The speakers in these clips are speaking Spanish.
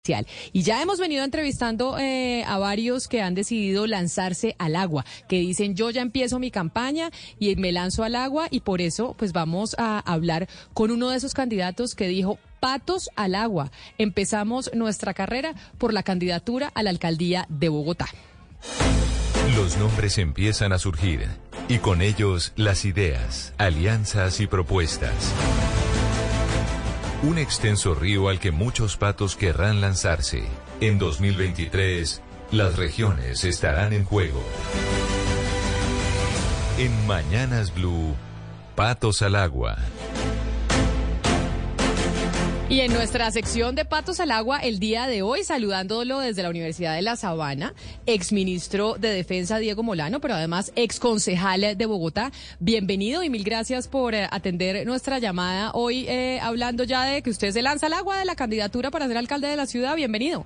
Y ya hemos venido entrevistando a varios que han decidido lanzarse al agua, que dicen yo ya empiezo mi campaña y me lanzo al agua, y por eso pues vamos a hablar con uno de esos candidatos que dijo patos al agua. Empezamos nuestra carrera por la candidatura a la alcaldía de Bogotá. Los nombres empiezan a surgir y con ellos las ideas, alianzas y propuestas. Un extenso río al que muchos patos querrán lanzarse. En 2023, las regiones estarán en juego. En Mañanas Blue, Patos al Agua. Y en nuestra sección de Patos al Agua, el día de hoy, saludándolo desde la Universidad de La Sabana, exministro de Defensa Diego Molano, pero además exconcejal de Bogotá. Bienvenido y mil gracias por atender nuestra llamada hoy, hablando ya de que usted se lanza al agua de la candidatura para ser alcalde de la ciudad. Bienvenido.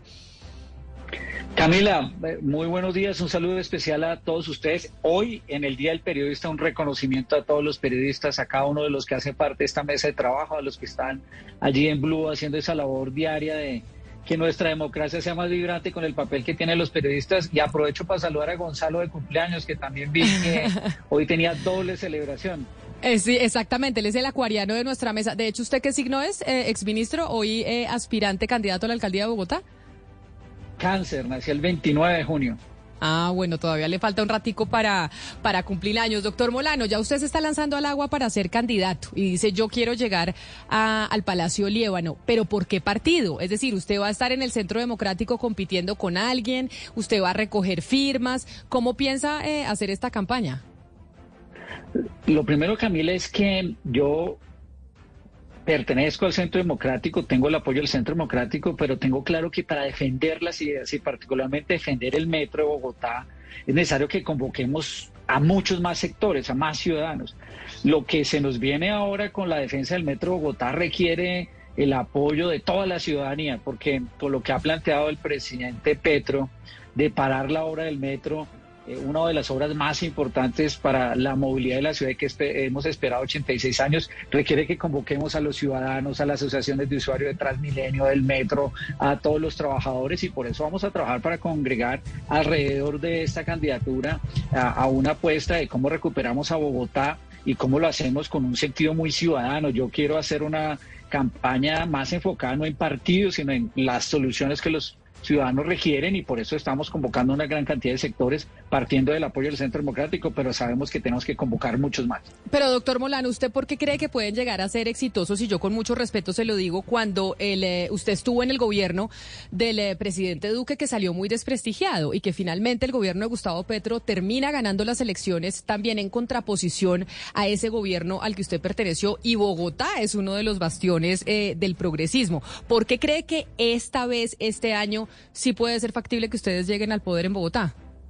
Camila, muy buenos días, un saludo especial a todos ustedes. Hoy, en el Día del Periodista, un reconocimiento a todos los periodistas, a cada uno de los que hace parte de esta mesa de trabajo, a los que están allí en Blue haciendo esa labor diaria de que nuestra democracia sea más vibrante con el papel que tienen los periodistas. Y aprovecho para saludar a Gonzalo de cumpleaños, que también vi que hoy tenía doble celebración. Sí, exactamente, él es el acuariano de nuestra mesa. De hecho, ¿usted qué signo es, exministro? Hoy aspirante candidato a la alcaldía de Bogotá. Cáncer, nací el 29 de junio. Ah, bueno, todavía le falta un ratico para cumplir años. Doctor Molano, ya usted se está lanzando al agua para ser candidato y dice yo quiero llegar al Palacio Liévano, pero ¿por qué partido? Es decir, usted va a estar en el Centro Democrático compitiendo con alguien, usted va a recoger firmas. ¿Cómo piensa hacer esta campaña? Lo primero, Camila, es que yo pertenezco al Centro Democrático, tengo el apoyo del Centro Democrático, pero tengo claro que para defender las ideas y particularmente defender el metro de Bogotá es necesario que convoquemos a muchos más sectores, a más ciudadanos. Lo que se nos viene ahora con la defensa del metro de Bogotá requiere el apoyo de toda la ciudadanía, porque con lo que ha planteado el presidente Petro de parar la obra del metro, una de las obras más importantes para la movilidad de la ciudad, que hemos esperado 86 años, requiere que convoquemos a los ciudadanos, a las asociaciones de usuarios de Transmilenio, del metro, a todos los trabajadores, y por eso vamos a trabajar para congregar alrededor de esta candidatura a una apuesta de cómo recuperamos a Bogotá y cómo lo hacemos con un sentido muy ciudadano. Yo quiero hacer una campaña más enfocada no en partidos, sino en las soluciones que los ciudadanos requieren, y por eso estamos convocando una gran cantidad de sectores partiendo del apoyo del Centro Democrático, pero sabemos que tenemos que convocar muchos más. Pero doctor Molano, ¿usted por qué cree que pueden llegar a ser exitosos? Y yo con mucho respeto se lo digo, cuando usted estuvo en el gobierno del presidente Duque, que salió muy desprestigiado, y que finalmente el gobierno de Gustavo Petro termina ganando las elecciones también en contraposición a ese gobierno al que usted perteneció, y Bogotá es uno de los bastiones del progresismo. ¿Por qué cree que esta vez, este año, sí puede ser factible que ustedes lleguen al poder en Bogotá?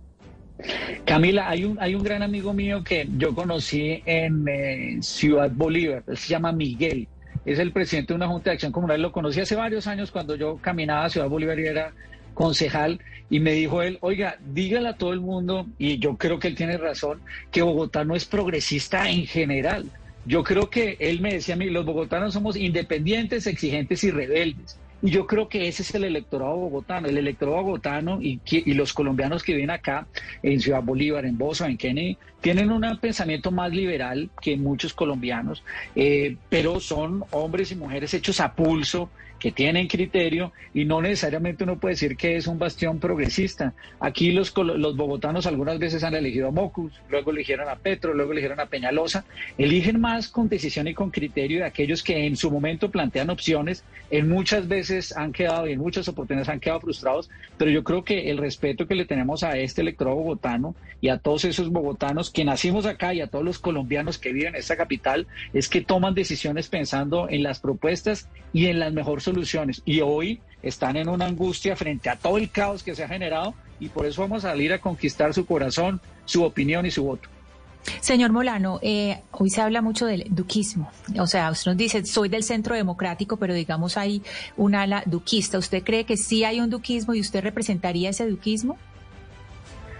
Camila, hay un gran amigo mío que yo conocí en Ciudad Bolívar, él se llama Miguel, es el presidente de una Junta de Acción Comunal, lo conocí hace varios años cuando yo caminaba a Ciudad Bolívar y era concejal, y me dijo él, oiga, dígale a todo el mundo, y yo creo que él tiene razón, que Bogotá no es progresista en general. Yo creo que él me decía a mí, los bogotanos somos independientes, exigentes y rebeldes. Y yo creo que ese es el electorado bogotano. El electorado bogotano y los colombianos que viven acá en Ciudad Bolívar, en Bosa, en Kennedy, tienen un pensamiento más liberal que muchos colombianos, pero son hombres y mujeres hechos a pulso, que tienen criterio, y no necesariamente uno puede decir que es un bastión progresista. Aquí los bogotanos algunas veces han elegido a Mocus, luego eligieron a Petro, luego eligieron a Peñalosa. Eligen más con decisión y con criterio de aquellos que en su momento plantean opciones, en muchas veces han quedado y en muchas oportunidades han quedado frustrados, pero yo creo que el respeto que le tenemos a este electorado bogotano y a todos esos bogotanos que nacimos acá y a todos los colombianos que viven en esta capital es que toman decisiones pensando en las propuestas y en las mejores soluciones, y hoy están en una angustia frente a todo el caos que se ha generado, y por eso vamos a salir a conquistar su corazón, su opinión y su voto. Señor Molano, hoy se habla mucho del duquismo, o sea, usted nos dice, soy del Centro Democrático, pero digamos hay un ala duquista. ¿Usted cree que sí hay un duquismo y usted representaría ese duquismo?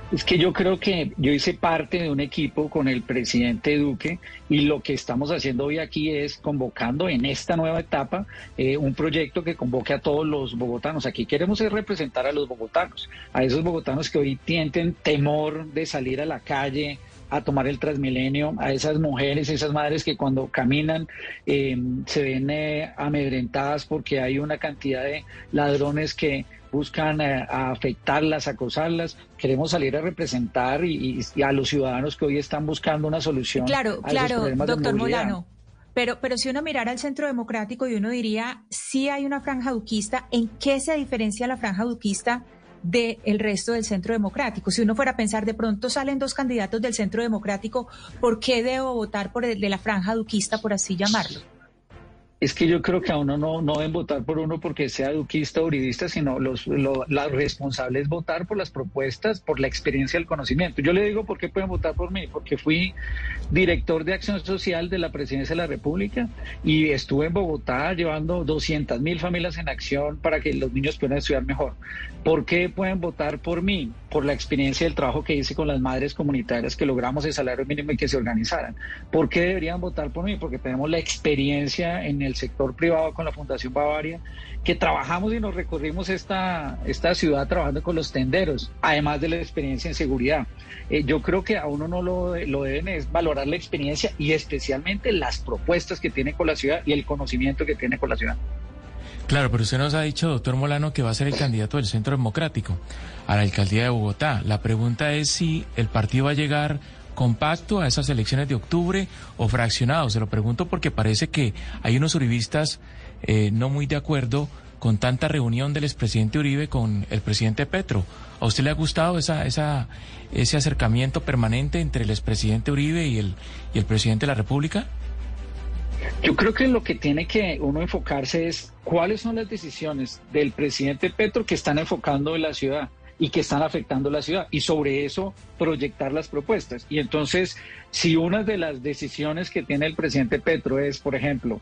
Es que yo creo que yo hice parte de un equipo con el presidente Duque y lo que estamos haciendo hoy aquí es convocando en esta nueva etapa un proyecto que convoque a todos los bogotanos. Aquí queremos es representar a los bogotanos, a esos bogotanos que hoy tienen temor de salir a la calle a tomar el Transmilenio, a esas mujeres, esas madres que cuando caminan se ven amedrentadas porque hay una cantidad de ladrones que buscan a afectarlas, acosarlas. Queremos salir a representar y a los ciudadanos que hoy están buscando una solución. Claro, a esos problemas doctor de movilidad. Molano. Pero si uno mirara al Centro Democrático y uno diría, sí hay una franja duquista, ¿en qué se diferencia la franja duquista del resto del Centro Democrático? Si uno fuera a pensar, de pronto salen dos candidatos del Centro Democrático, ¿por qué debo votar por el de la franja duquista, por así llamarlo? Es que yo creo que a uno no deben votar por uno porque sea duquista o uribista, sino la responsable es votar por las propuestas, por la experiencia y el conocimiento. Yo le digo por qué pueden votar por mí, porque fui director de Acción Social de la Presidencia de la República y estuve en Bogotá llevando 200.000 familias en acción para que los niños puedan estudiar mejor. ¿Por qué pueden votar por mí? Por la experiencia del trabajo que hice con las madres comunitarias que logramos el salario mínimo y que se organizaran. ¿Por qué deberían votar por mí? Porque tenemos la experiencia en el sector privado con la Fundación Bavaria, que trabajamos y nos recorrimos esta ciudad trabajando con los tenderos, además de la experiencia en seguridad. Yo creo que a uno no lo deben es valorar la experiencia y especialmente las propuestas que tiene con la ciudad y el conocimiento que tiene con la ciudad. Claro, pero usted nos ha dicho, doctor Molano, que va a ser el candidato del Centro Democrático a la alcaldía de Bogotá. La pregunta es si el partido va a llegar compacto a esas elecciones de octubre o fraccionado. Se lo pregunto porque parece que hay unos uribistas no muy de acuerdo con tanta reunión del expresidente Uribe con el presidente Petro. ¿A usted le ha gustado ese acercamiento permanente entre el expresidente Uribe y el presidente de la República? Yo creo que lo que tiene que uno enfocarse es cuáles son las decisiones del presidente Petro que están enfocando en la ciudad y que están afectando la ciudad, y sobre eso proyectar las propuestas. Y entonces, si una de las decisiones que tiene el presidente Petro es, por ejemplo,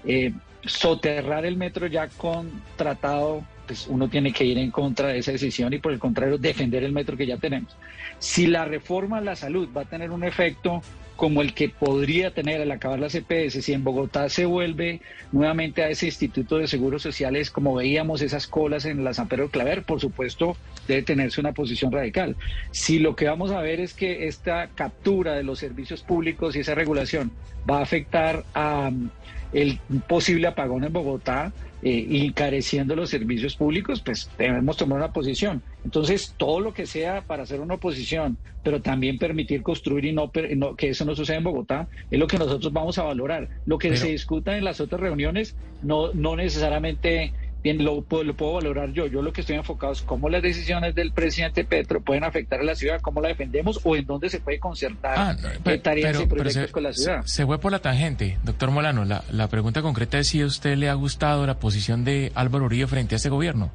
soterrar el metro ya contratado, pues uno tiene que ir en contra de esa decisión y por el contrario defender el metro que ya tenemos. Si la reforma a la salud va a tener un efecto como el que podría tener al acabar la CPS, si en Bogotá se vuelve nuevamente a ese Instituto de Seguros Sociales, como veíamos esas colas en la San Pedro de Claver, por supuesto debe tenerse una posición radical. Si lo que vamos a ver es que esta captura de los servicios públicos y esa regulación va a afectar a el posible apagón en Bogotá, encareciendo los servicios públicos, pues debemos tomar una posición. Entonces, todo lo que sea para hacer una oposición, pero también permitir construir y no que eso no suceda en Bogotá, es lo que nosotros vamos a valorar. Lo que se discuta en las otras reuniones no necesariamente bien lo puedo valorar yo. Yo lo que estoy enfocado es cómo las decisiones del presidente Petro pueden afectar a la ciudad, cómo la defendemos o en dónde se puede concertar tareas y proyectos con la ciudad. Se fue por la tangente, doctor Molano. La pregunta concreta es si a usted le ha gustado la posición de Álvaro Uribe frente a este gobierno.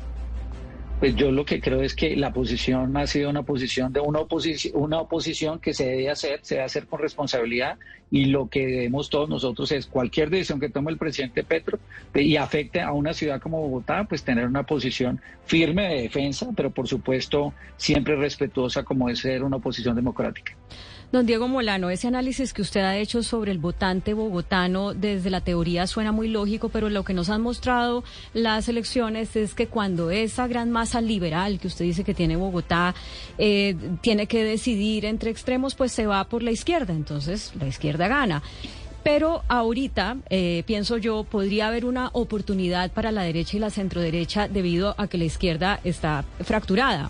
Pues yo lo que creo es que la posición ha sido una posición de una oposición que se debe hacer con responsabilidad, y lo que debemos todos nosotros es cualquier decisión que tome el presidente Petro y afecte a una ciudad como Bogotá, pues tener una posición firme de defensa, pero por supuesto siempre respetuosa como es ser una oposición democrática. Don Diego Molano, ese análisis que usted ha hecho sobre el votante bogotano desde la teoría suena muy lógico, pero lo que nos han mostrado las elecciones es que cuando esa gran masa liberal que usted dice que tiene Bogotá tiene que decidir entre extremos, pues se va por la izquierda, entonces la izquierda gana. Pero ahorita, pienso yo, podría haber una oportunidad para la derecha y la centroderecha debido a que la izquierda está fracturada.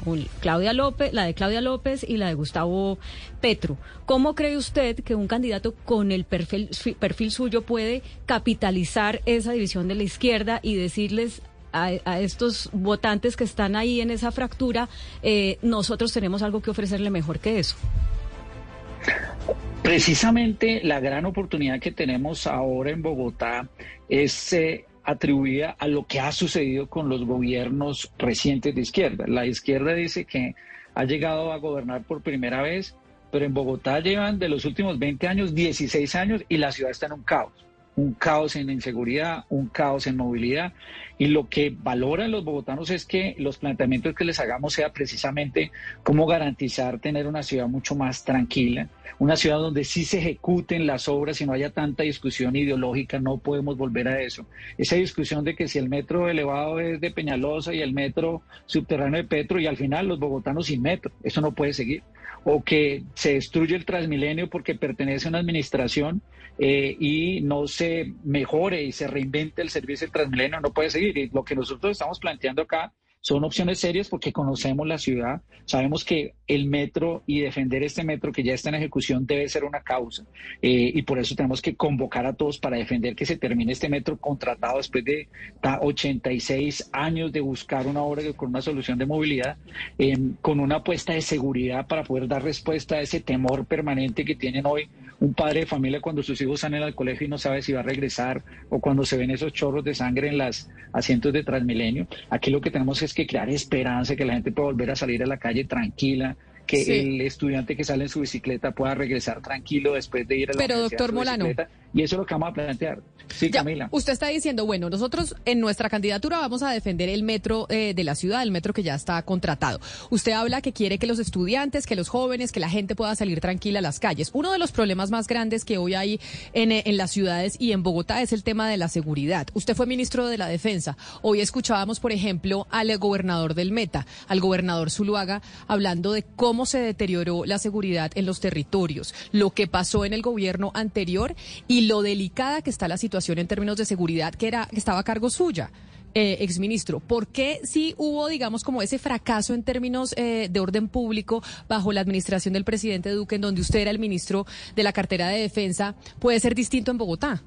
La de Claudia López y la de Gustavo Petro. ¿Cómo cree usted que un candidato con el perfil suyo puede capitalizar esa división de la izquierda y decirles a estos votantes que están ahí en esa fractura, nosotros tenemos algo que ofrecerle mejor que eso? Precisamente la gran oportunidad que tenemos ahora en Bogotá es atribuida a lo que ha sucedido con los gobiernos recientes de izquierda. La izquierda dice que ha llegado a gobernar por primera vez, pero en Bogotá llevan de los últimos 20 años, 16 años y la ciudad está en un caos. un caos en inseguridad, un caos en movilidad. Y lo que valoran los bogotanos es que los planteamientos que les hagamos sea precisamente cómo garantizar tener una ciudad mucho más tranquila, una ciudad donde sí se ejecuten las obras y no haya tanta discusión ideológica. No podemos volver a eso. Esa discusión de que si el metro elevado es de Peñalosa y el metro subterráneo de Petro, y al final los bogotanos sin metro, eso no puede seguir. O que se destruye el Transmilenio porque pertenece a una administración y no se mejore y se reinvente el servicio del Transmilenio, no puede seguir. Y lo que nosotros estamos planteando acá son opciones serias porque conocemos la ciudad, sabemos que el metro y defender este metro que ya está en ejecución debe ser una causa, y por eso tenemos que convocar a todos para defender que se termine este metro contratado después de 86 años de buscar una obra con una solución de movilidad, con una apuesta de seguridad para poder dar respuesta a ese temor permanente que tienen hoy un padre de familia cuando sus hijos salen al colegio y no sabe si va a regresar, o cuando se ven esos chorros de sangre en los asientos de Transmilenio. Aquí lo que tenemos es que crear esperanza, que la gente pueda volver a salir a la calle tranquila, que sí, el estudiante que sale en su bicicleta pueda regresar tranquilo después de ir a la universidad. Pero, doctor Molano, y eso es lo que vamos a plantear. Sí, ya, Camila. Usted está diciendo, bueno, nosotros en nuestra candidatura vamos a defender el metro de la ciudad, el metro que ya está contratado. Usted habla que quiere que los estudiantes, que los jóvenes, que la gente pueda salir tranquila a las calles. Uno de los problemas más grandes que hoy hay en las ciudades y en Bogotá es el tema de la seguridad. Usted fue ministro de la Defensa. Hoy escuchábamos, por ejemplo, al gobernador del Meta, al gobernador Zuluaga, hablando de cómo se deterioró la seguridad en los territorios, lo que pasó en el gobierno anterior y lo delicada que está la situación en términos de seguridad que estaba a cargo suya, exministro. ¿Por qué sí hubo, digamos, como ese fracaso en términos de orden público bajo la administración del presidente Duque, en donde usted era el ministro de la cartera de Defensa, puede ser distinto en Bogotá?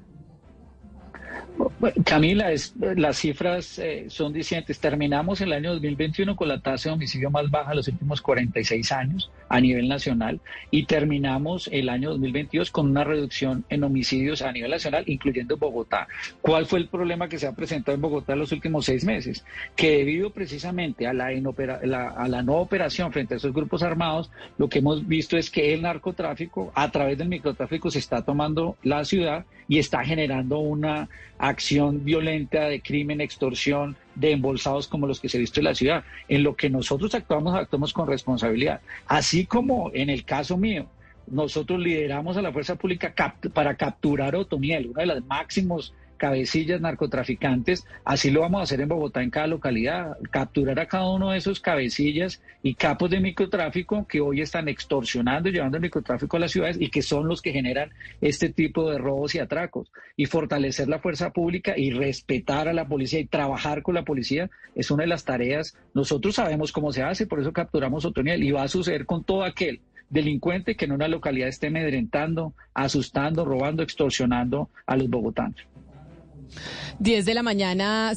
Bueno, Camila, las cifras son distintas. Terminamos el año 2021 con la tasa de homicidio más baja de los últimos 46 años a nivel nacional, y terminamos el año 2022 con una reducción en homicidios a nivel nacional, incluyendo Bogotá. ¿Cuál fue el problema que se ha presentado en Bogotá en los últimos 6 meses? Que debido precisamente a la no operación frente a esos grupos armados, lo que hemos visto es que el narcotráfico, a través del microtráfico, se está tomando la ciudad y está generando una acción violenta de crimen, extorsión, de embolsados como los que se ha visto en la ciudad. En lo que nosotros actuamos con responsabilidad. Así como en el caso mío, nosotros lideramos a la fuerza pública para capturar a Otoniel, uno de los máximos cabecillas narcotraficantes. Así lo vamos a hacer en Bogotá, en cada localidad, capturar a cada uno de esos cabecillas y capos de microtráfico que hoy están extorsionando y llevando el microtráfico a las ciudades, y que son los que generan este tipo de robos y atracos. Y fortalecer la fuerza pública y respetar a la policía y trabajar con la policía es una de las tareas. Nosotros sabemos cómo se hace, por eso capturamos a Otoniel, y va a suceder con todo aquel delincuente que en una localidad esté amedrentando, asustando, robando, extorsionando a los bogotanos. 10 de la mañana,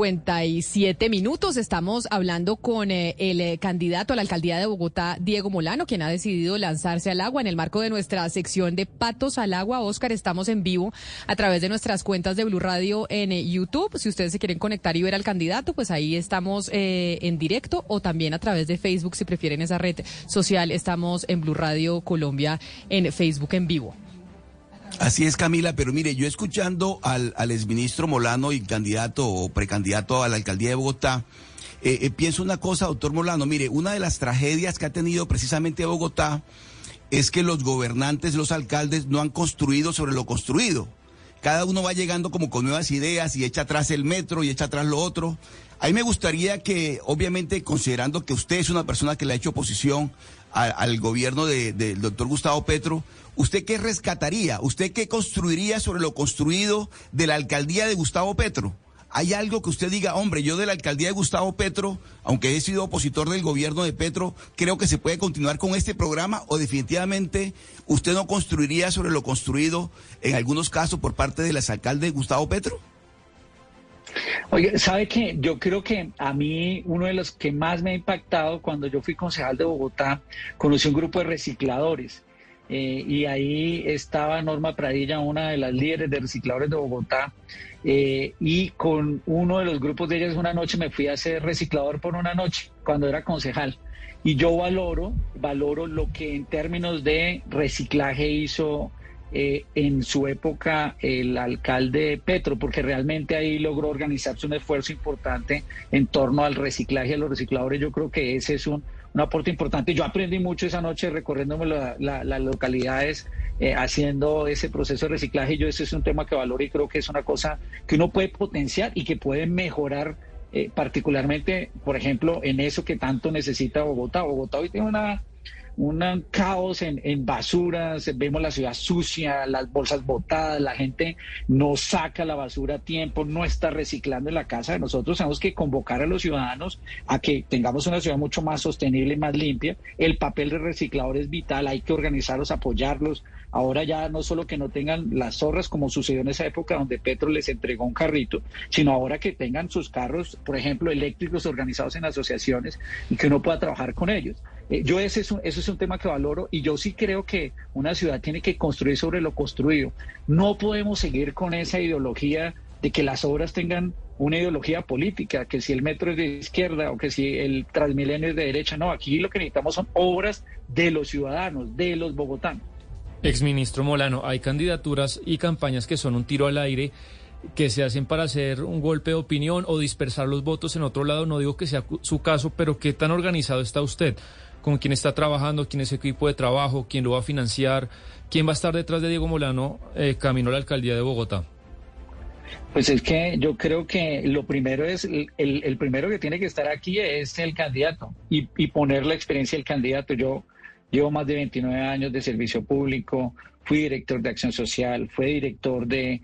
57 minutos. Estamos hablando con el candidato a la alcaldía de Bogotá, Diego Molano, quien ha decidido lanzarse al agua en el marco de nuestra sección de Patos al Agua. Oscar, estamos en vivo a través de nuestras cuentas de Blue Radio en YouTube. Si ustedes se quieren conectar y ver al candidato, pues ahí estamos en directo, o también a través de Facebook, si prefieren esa red social. Estamos en Blue Radio Colombia en Facebook en vivo. Así es, Camila, pero mire, yo escuchando al exministro Molano y candidato o precandidato a la alcaldía de Bogotá, pienso una cosa, doctor Molano. Mire, una de las tragedias que ha tenido precisamente Bogotá es que los gobernantes, los alcaldes, no han construido sobre lo construido. Cada uno va llegando como con nuevas ideas y echa atrás el metro y echa atrás lo otro. A mí me gustaría que, obviamente, considerando que usted es una persona que le ha hecho oposición al gobierno del doctor Gustavo Petro, ¿usted qué rescataría? ¿Usted qué construiría sobre lo construido de la alcaldía de Gustavo Petro? ¿Hay algo que usted diga, hombre, yo de la alcaldía de Gustavo Petro, aunque he sido opositor del gobierno de Petro, creo que se puede continuar con este programa, o definitivamente usted no construiría sobre lo construido en algunos casos por parte del exalcalde Gustavo Petro? Oye, ¿sabe qué? Yo creo que a mí uno de los que más me ha impactado, cuando yo fui concejal de Bogotá, conocí un grupo de recicladores. Y ahí estaba Norma Pradilla, una de las líderes de recicladores de Bogotá, y con uno de los grupos de ellas una noche me fui a ser reciclador por una noche, cuando era concejal. Y yo valoro lo que en términos de reciclaje hizo en su época el alcalde Petro, porque realmente ahí logró organizarse un esfuerzo importante en torno al reciclaje y a los recicladores. Yo creo que ese es un aporte importante. Yo aprendí mucho esa noche recorriéndome las localidades, haciendo ese proceso de reciclaje. Ese es un tema que valoro y creo que es una cosa que uno puede potenciar y que puede mejorar, particularmente, por ejemplo, en eso que tanto necesita Bogotá. Bogotá hoy tiene un caos en basuras, vemos la ciudad sucia, las bolsas botadas, la gente no saca la basura a tiempo, no está reciclando en la casa. Nosotros tenemos que convocar a los ciudadanos a que tengamos una ciudad mucho más sostenible y más limpia. El papel de reciclador es vital, hay que organizarlos, apoyarlos. Ahora ya no solo que no tengan las zorras como sucedió en esa época donde Petro les entregó un carrito, sino ahora que tengan sus carros, por ejemplo, eléctricos organizados en asociaciones y que uno pueda trabajar con ellos. Ese es un tema que valoro y yo sí creo que una ciudad tiene que construir sobre lo construido. No podemos seguir con esa ideología de que las obras tengan una ideología política, que si el metro es de izquierda o que si el Transmilenio es de derecha. No, aquí lo que necesitamos son obras de los ciudadanos, de los bogotanos. Exministro Molano, hay candidaturas y campañas que son un tiro al aire, que se hacen para hacer un golpe de opinión o dispersar los votos en otro lado. No digo que sea su caso, pero ¿qué tan organizado está usted? ¿Con quién está trabajando? ¿Quién es su equipo de trabajo? ¿Quién lo va a financiar? ¿Quién va a estar detrás de Diego Molano camino a la alcaldía de Bogotá? Pues es que yo creo que lo primero es, el primero que tiene que estar aquí es el candidato y poner la experiencia del candidato. Yo llevo más de 29 años de servicio público, fui director de Acción Social, fui director de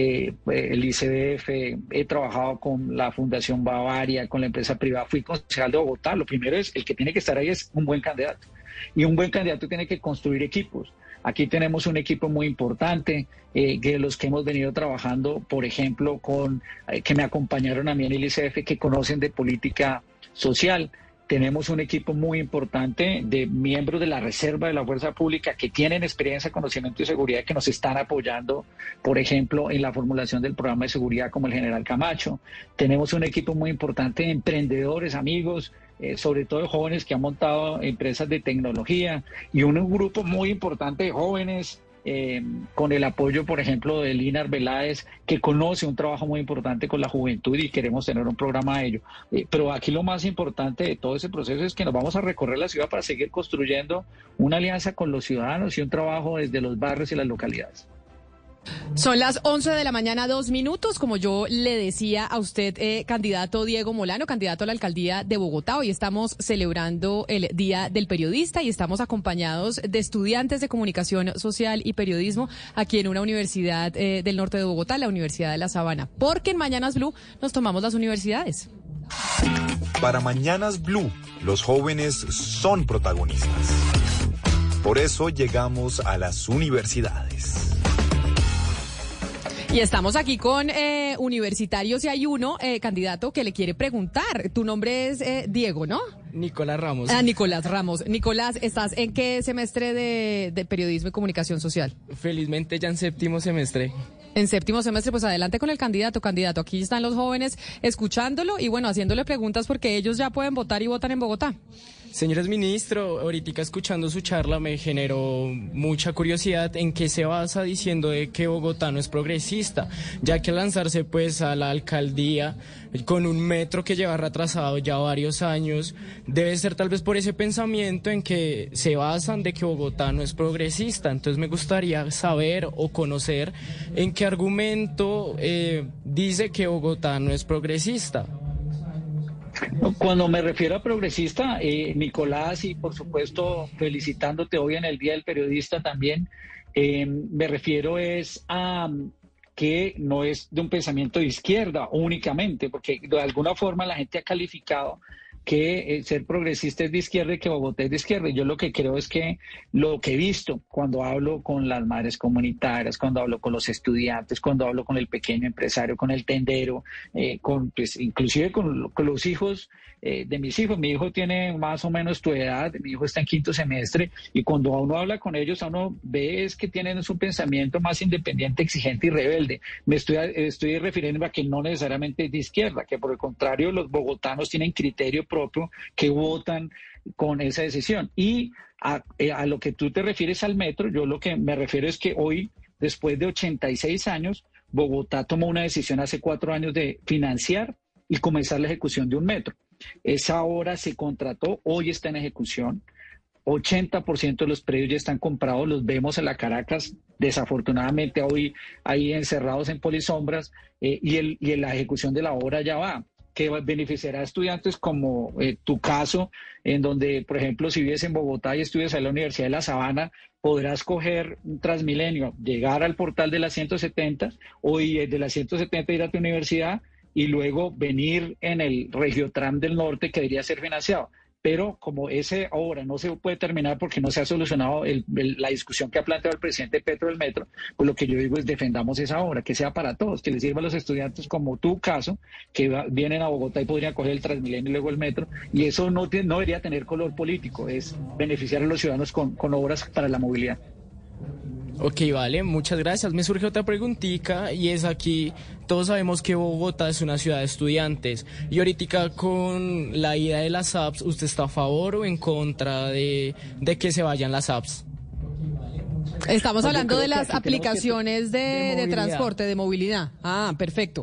el ICBF, he trabajado con la Fundación Bavaria, con la empresa privada, fui concejal de Bogotá. Lo primero es, el que tiene que estar ahí es un buen candidato. Y un buen candidato tiene que construir equipos. Aquí tenemos un equipo muy importante, de los que hemos venido trabajando, por ejemplo, que me acompañaron a mí en el ICBF, que conocen de política social. Tenemos un equipo muy importante de miembros de la Reserva de la Fuerza Pública que tienen experiencia, conocimiento y seguridad, que nos están apoyando, por ejemplo, en la formulación del programa de seguridad, como el general Camacho. Tenemos un equipo muy importante de emprendedores, amigos, sobre todo de jóvenes que han montado empresas de tecnología, y un grupo muy importante de jóvenes con el apoyo, por ejemplo, de Lina Arbeláez, que conoce un trabajo muy importante con la juventud y queremos tener un programa de ello. Pero aquí lo más importante de todo ese proceso es que nos vamos a recorrer la ciudad para seguir construyendo una alianza con los ciudadanos y un trabajo desde los barrios y las localidades. Son las 11 de la mañana, 2 minutos. Como yo le decía a usted, candidato Diego Molano, candidato a la alcaldía de Bogotá, hoy estamos celebrando el Día del Periodista y estamos acompañados de estudiantes de comunicación social y periodismo aquí en una universidad del norte de Bogotá, la Universidad de La Sabana, porque en Mañanas Blue nos tomamos las universidades. Para Mañanas Blue, los jóvenes son protagonistas. Por eso llegamos a las universidades. Y estamos aquí con universitarios y hay uno, candidato, que le quiere preguntar. Tu nombre es Diego, ¿no? Nicolás Ramos. Nicolás Ramos. Nicolás, ¿estás en qué semestre de periodismo y comunicación social? Felizmente ya en séptimo semestre. En séptimo semestre, pues adelante con el candidato. Aquí están los jóvenes escuchándolo y bueno, haciéndole preguntas porque ellos ya pueden votar y votan en Bogotá. Señores ministro, ahorita escuchando su charla me generó mucha curiosidad en qué se basa diciendo de que Bogotá no es progresista, ya que al lanzarse pues a la alcaldía con un metro que lleva retrasado ya varios años, debe ser tal vez por ese pensamiento en que se basan de que Bogotá no es progresista. Entonces me gustaría saber o conocer en qué argumento dice que Bogotá no es progresista. Cuando me refiero a progresista, Nicolás, y por supuesto felicitándote hoy en el Día del Periodista también, me refiero es a que no es de un pensamiento de izquierda únicamente, porque de alguna forma la gente ha calificado que ser progresista es de izquierda y que Bogotá es de izquierda. Y yo lo que creo es que lo que he visto cuando hablo con las madres comunitarias, cuando hablo con los estudiantes, cuando hablo con el pequeño empresario, con el tendero, pues, inclusive con los hijos de mis hijos. Mi hijo tiene más o menos tu edad, mi hijo está en quinto semestre, y cuando uno habla con ellos, uno ve es que tienen un pensamiento más independiente, exigente y rebelde. Me estoy refiriendo a que no necesariamente es de izquierda, que por el contrario los bogotanos tienen criterio propio, que votan con esa decisión. Y a lo que tú te refieres al metro, yo lo que me refiero es que hoy después de 86 años, Bogotá tomó una decisión hace 4 años de financiar y comenzar la ejecución de un metro. Esa obra se contrató, hoy está en ejecución. 80% de los predios ya están comprados, los vemos en la Caracas, desafortunadamente hoy ahí encerrados en polisombras, y la ejecución de la obra ya va, que beneficiará a estudiantes como tu caso, en donde, por ejemplo, si vives en Bogotá y estudias en la Universidad de La Sabana, podrás coger un Transmilenio, llegar al portal de la 170 o de la 170 ir a tu universidad y luego venir en el Regiotram del Norte, que debería ser financiado. Pero como ese ahora no se puede terminar porque no se ha solucionado la discusión que ha planteado el presidente Petro del metro, pues lo que yo digo es defendamos esa obra, que sea para todos, que les sirva a los estudiantes como tu caso, que vienen a Bogotá y podrían coger el Transmilenio y luego el metro, y eso no debería tener color político, es beneficiar a los ciudadanos con obras para la movilidad. Ok, vale, muchas gracias. Me surge otra preguntita y es aquí, todos sabemos que Bogotá es una ciudad de estudiantes y ahorita con la ida de las apps, ¿usted está a favor o en contra de que se vayan las apps? Estamos hablando de las aplicaciones de de transporte, de movilidad. Ah, perfecto.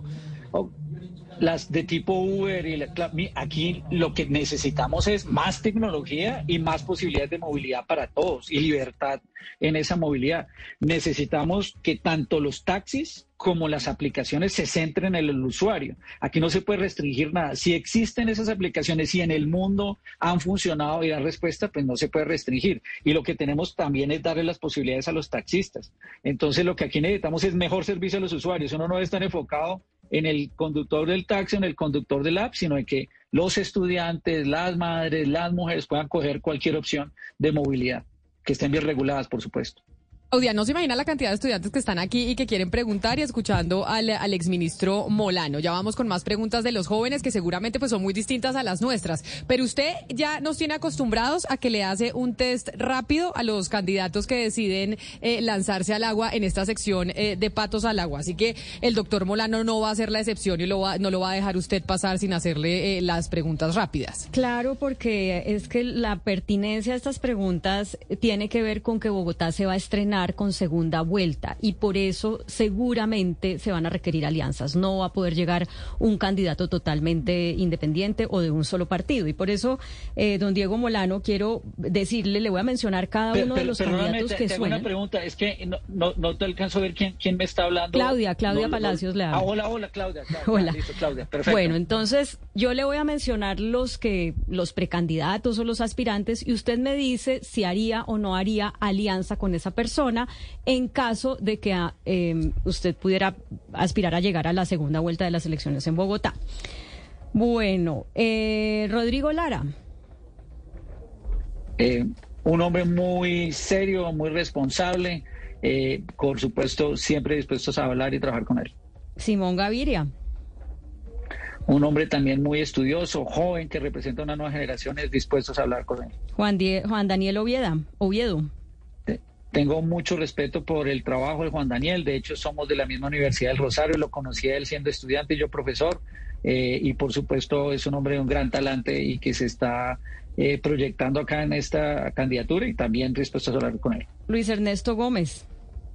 Las de tipo Uber aquí lo que necesitamos es más tecnología y más posibilidades de movilidad para todos y libertad en esa movilidad. Necesitamos que tanto los taxis como las aplicaciones se centren en el usuario. Aquí no se puede restringir nada. Si existen esas aplicaciones y en el mundo han funcionado y dan respuesta, pues no se puede restringir. Y lo que tenemos también es darle las posibilidades a los taxistas. Entonces lo que aquí necesitamos es mejor servicio a los usuarios. Uno no debe estar enfocado en el conductor del taxi o en el conductor del app, sino en que los estudiantes, las madres, las mujeres puedan coger cualquier opción de movilidad, que estén bien reguladas, por supuesto. Claudia, no se imagina la cantidad de estudiantes que están aquí y que quieren preguntar y escuchando al exministro Molano. Ya vamos con más preguntas de los jóvenes que seguramente pues son muy distintas a las nuestras. Pero usted ya nos tiene acostumbrados a que le hace un test rápido a los candidatos que deciden lanzarse al agua en esta sección de Patos al Agua. Así que el doctor Molano no va a ser la excepción y no lo va a dejar usted pasar sin hacerle las preguntas rápidas. Claro, porque es que la pertinencia de estas preguntas tiene que ver con que Bogotá se va a estrenar con segunda vuelta y por eso seguramente se van a requerir alianzas. No va a poder llegar un candidato totalmente independiente o de un solo partido. Y por eso, don Diego Molano, quiero decirle, le voy a mencionar cada uno de los candidatos que suenan. Una pregunta, es que no te alcanzo a ver quién me está hablando. Claudia Palacios le habla. Hola, Claudia. Hola. Listo, Claudia, perfecto. Bueno, entonces yo le voy a mencionar los precandidatos o los aspirantes y usted me dice si haría o no haría alianza con esa persona en caso de que usted pudiera aspirar a llegar a la segunda vuelta de las elecciones en Bogotá. Bueno, Rodrigo Lara. Un hombre muy serio, muy responsable, por supuesto, siempre dispuestos a hablar y trabajar con él. Simón Gaviria. Un hombre también muy estudioso, joven, que representa una nueva generación, dispuestos a hablar con él. Juan Daniel Oviedo. Tengo mucho respeto por el trabajo de Juan Daniel. De hecho, somos de la misma Universidad del Rosario. Lo conocí a él siendo estudiante y yo profesor. Y por supuesto es un hombre de un gran talante y que se está proyectando acá en esta candidatura y también dispuesto a hablar con él. Luis Ernesto Gómez.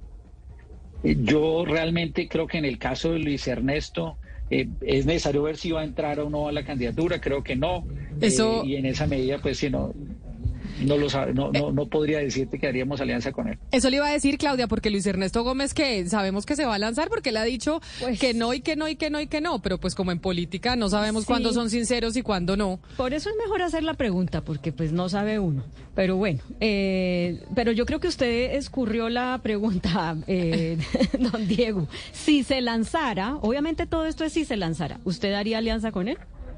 Yo realmente creo que en el caso de Luis Ernesto es necesario ver si va a entrar o no a la candidatura. Creo que no. Y en esa medida, pues si no... No lo sabe, no podría decirte que haríamos alianza con él. Eso le iba a decir, Claudia, porque Luis Ernesto Gómez, que sabemos que se va a lanzar porque él ha dicho pues, que no, pero pues como en política no sabemos cuándo son sinceros y cuándo no. Por eso es mejor hacer la pregunta, porque pues no sabe uno. Pero bueno, pero yo creo que usted escurrió la pregunta, don Diego. Si se lanzara, obviamente todo esto es si se lanzara, ¿usted haría alianza con él?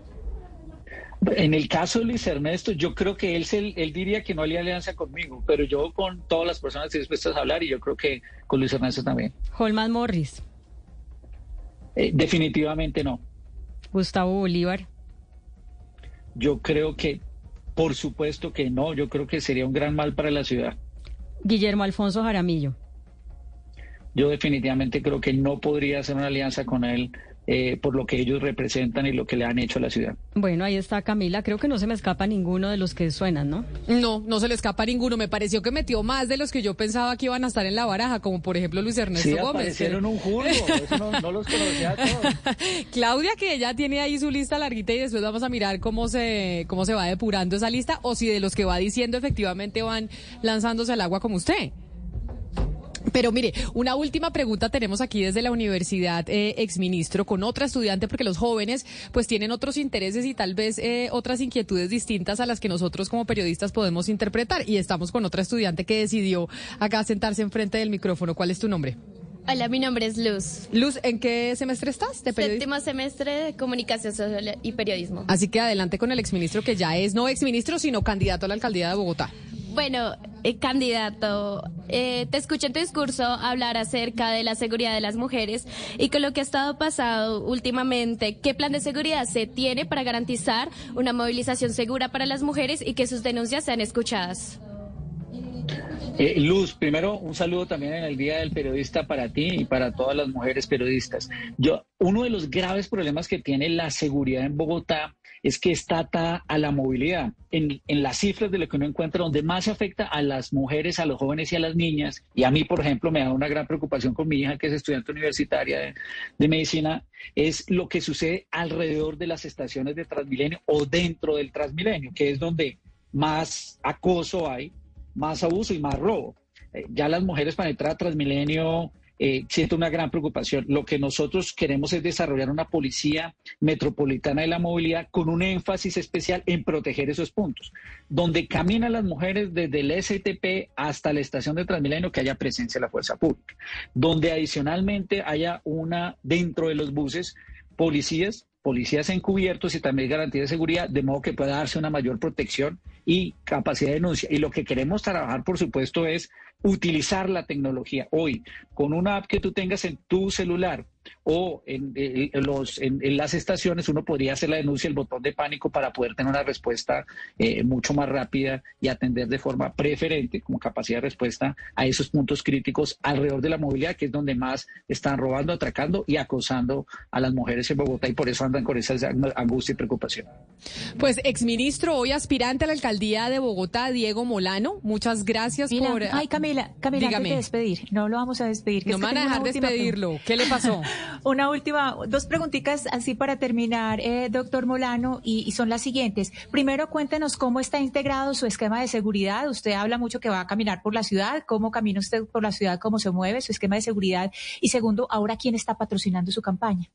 En el caso de Luis Ernesto, yo creo que él diría que no haría alianza conmigo, pero yo con todas las personas estoy dispuestas a hablar y yo creo que con Luis Ernesto también. Holman Morris. Definitivamente no. Gustavo Bolívar. Yo creo que, por supuesto que no, yo creo que sería un gran mal para la ciudad. Guillermo Alfonso Jaramillo. Yo definitivamente creo que no podría hacer una alianza con él por lo que ellos representan y lo que le han hecho a la ciudad. Bueno, ahí está Camila. Creo que no se me escapa ninguno de los que suenan, ¿no? No se le escapa ninguno. Me pareció que metió más de los que yo pensaba que iban a estar en la baraja, como por ejemplo Luis Ernesto Gómez. Aparecieron un jurgo, eso no los conocía a todos. Claudia, que ella tiene ahí su lista larguita y después vamos a mirar cómo se va depurando esa lista o si de los que va diciendo efectivamente van lanzándose al agua como usted. Pero mire, una última pregunta tenemos aquí desde la universidad, exministro, con otra estudiante, porque los jóvenes pues tienen otros intereses y tal vez otras inquietudes distintas a las que nosotros como periodistas podemos interpretar. Y estamos con otra estudiante que decidió acá sentarse enfrente del micrófono. ¿Cuál es tu nombre? Hola, mi nombre es Luz. Luz, ¿en qué semestre estás de periodismo? 7º semestre de Comunicación Social y Periodismo. Así que adelante con el exministro, que ya es no exministro, sino candidato a la alcaldía de Bogotá. Bueno, candidato, te escuché en tu discurso hablar acerca de la seguridad de las mujeres y con lo que ha estado pasando últimamente, ¿qué plan de seguridad se tiene para garantizar una movilización segura para las mujeres y que sus denuncias sean escuchadas? Luz, primero un saludo también en el Día del Periodista para ti y para todas las mujeres periodistas. Uno de los graves problemas que tiene la seguridad en Bogotá es que está atada a la movilidad. En las cifras de lo que uno encuentra, donde más se afecta a las mujeres, a los jóvenes y a las niñas, y a mí, por ejemplo, me da una gran preocupación con mi hija, que es estudiante universitaria de medicina, es lo que sucede alrededor de las estaciones de Transmilenio o dentro del Transmilenio, que es donde más acoso hay, más abuso y más robo. Ya las mujeres para entrar a Transmilenio siento una gran preocupación. Lo que nosotros queremos es desarrollar una policía metropolitana de la movilidad con un énfasis especial en proteger esos puntos. Donde caminan las mujeres desde el STP hasta la estación de Transmilenio, que haya presencia de la fuerza pública. Donde adicionalmente haya dentro de los buses, policías encubiertos y también garantía de seguridad, de modo que pueda darse una mayor protección y capacidad de denuncia. Y lo que queremos trabajar, por supuesto, es utilizar la tecnología. Hoy, con una app que tú tengas en tu celular o en las estaciones, uno podría hacer la denuncia, el botón de pánico, para poder tener una respuesta mucho más rápida y atender de forma preferente, como capacidad de respuesta, a esos puntos críticos alrededor de la movilidad, que es donde más están robando, atracando y acosando a las mujeres en Bogotá, y por eso andan con esa angustia y preocupación. Pues, exministro, hoy aspirante a la alcaldía de Bogotá, Diego Molano, muchas gracias por... Ay, Camila, antes de despedir, no lo vamos a despedir. No me van a dejar despedirlo. ¿Qué le pasó? Dos preguntitas así para terminar, doctor Molano, y son las siguientes. Primero, cuéntenos cómo está integrado su esquema de seguridad. Usted habla mucho que va a caminar por la ciudad. ¿Cómo camina usted por la ciudad? ¿Cómo se mueve su esquema de seguridad? Y segundo, ahora, ¿quién está patrocinando su campaña?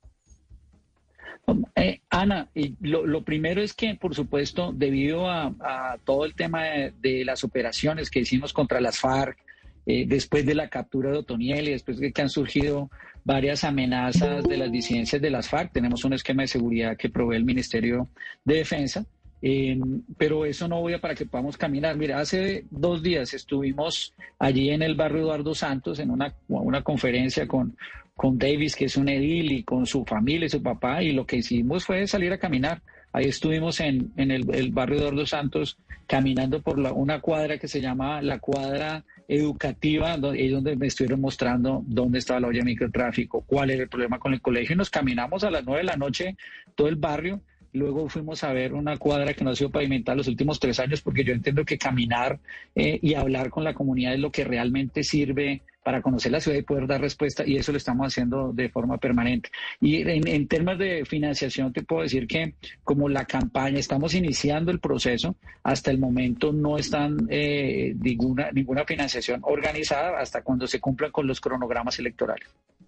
Ana, lo primero es que, por supuesto, debido a todo el tema de las operaciones que hicimos contra las FARC, después de la captura de Otoniel y después de que han surgido varias amenazas de las disidencias de las FARC, tenemos un esquema de seguridad que provee el Ministerio de Defensa, pero eso no voy a para que podamos caminar. Mira, hace 2 días estuvimos allí en el barrio Eduardo Santos en una conferencia con Davis, que es un edil, y con su familia y su papá, y lo que hicimos fue salir a caminar. Ahí estuvimos en el barrio Eduardo Santos caminando por una cuadra que se llama la cuadra educativa, donde me estuvieron mostrando dónde estaba la olla de microtráfico, cuál era el problema con el colegio, y nos caminamos a las 9 de la noche todo el barrio. Luego fuimos a ver una cuadra que no ha sido pavimentada los últimos 3 años, porque yo entiendo que caminar y hablar con la comunidad es lo que realmente sirve para conocer la ciudad y poder dar respuesta, y eso lo estamos haciendo de forma permanente. Y en temas de financiación te puedo decir que como la campaña, estamos iniciando el proceso, hasta el momento no están ninguna financiación organizada hasta cuando se cumplan con los cronogramas electorales.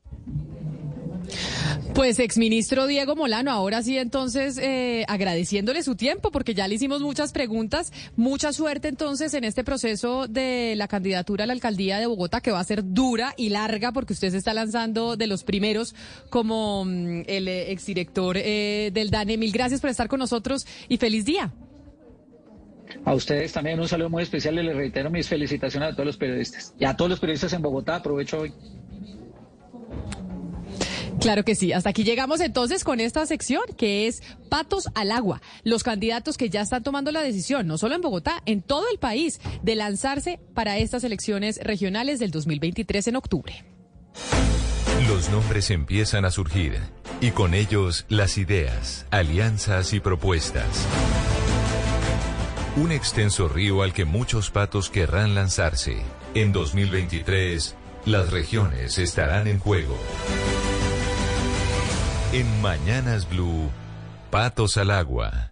Pues, exministro Diego Molano, ahora sí, entonces, agradeciéndole su tiempo, porque ya le hicimos muchas preguntas. Mucha suerte, entonces, en este proceso de la candidatura a la alcaldía de Bogotá, que va a ser dura y larga, porque usted se está lanzando de los primeros como el exdirector del DANE. Mil gracias por estar con nosotros y feliz día. A ustedes también un saludo muy especial, y les reitero mis felicitaciones a todos los periodistas. Y a todos los periodistas en Bogotá, aprovecho hoy. Claro que sí. Hasta aquí llegamos entonces con esta sección, que es Patos al Agua. Los candidatos que ya están tomando la decisión, no solo en Bogotá, en todo el país, de lanzarse para estas elecciones regionales del 2023 en octubre. Los nombres empiezan a surgir. Y con ellos las ideas, alianzas y propuestas. Un extenso río al que muchos patos querrán lanzarse. En 2023, las regiones estarán en juego. En Mañanas Blue, Patos al Agua.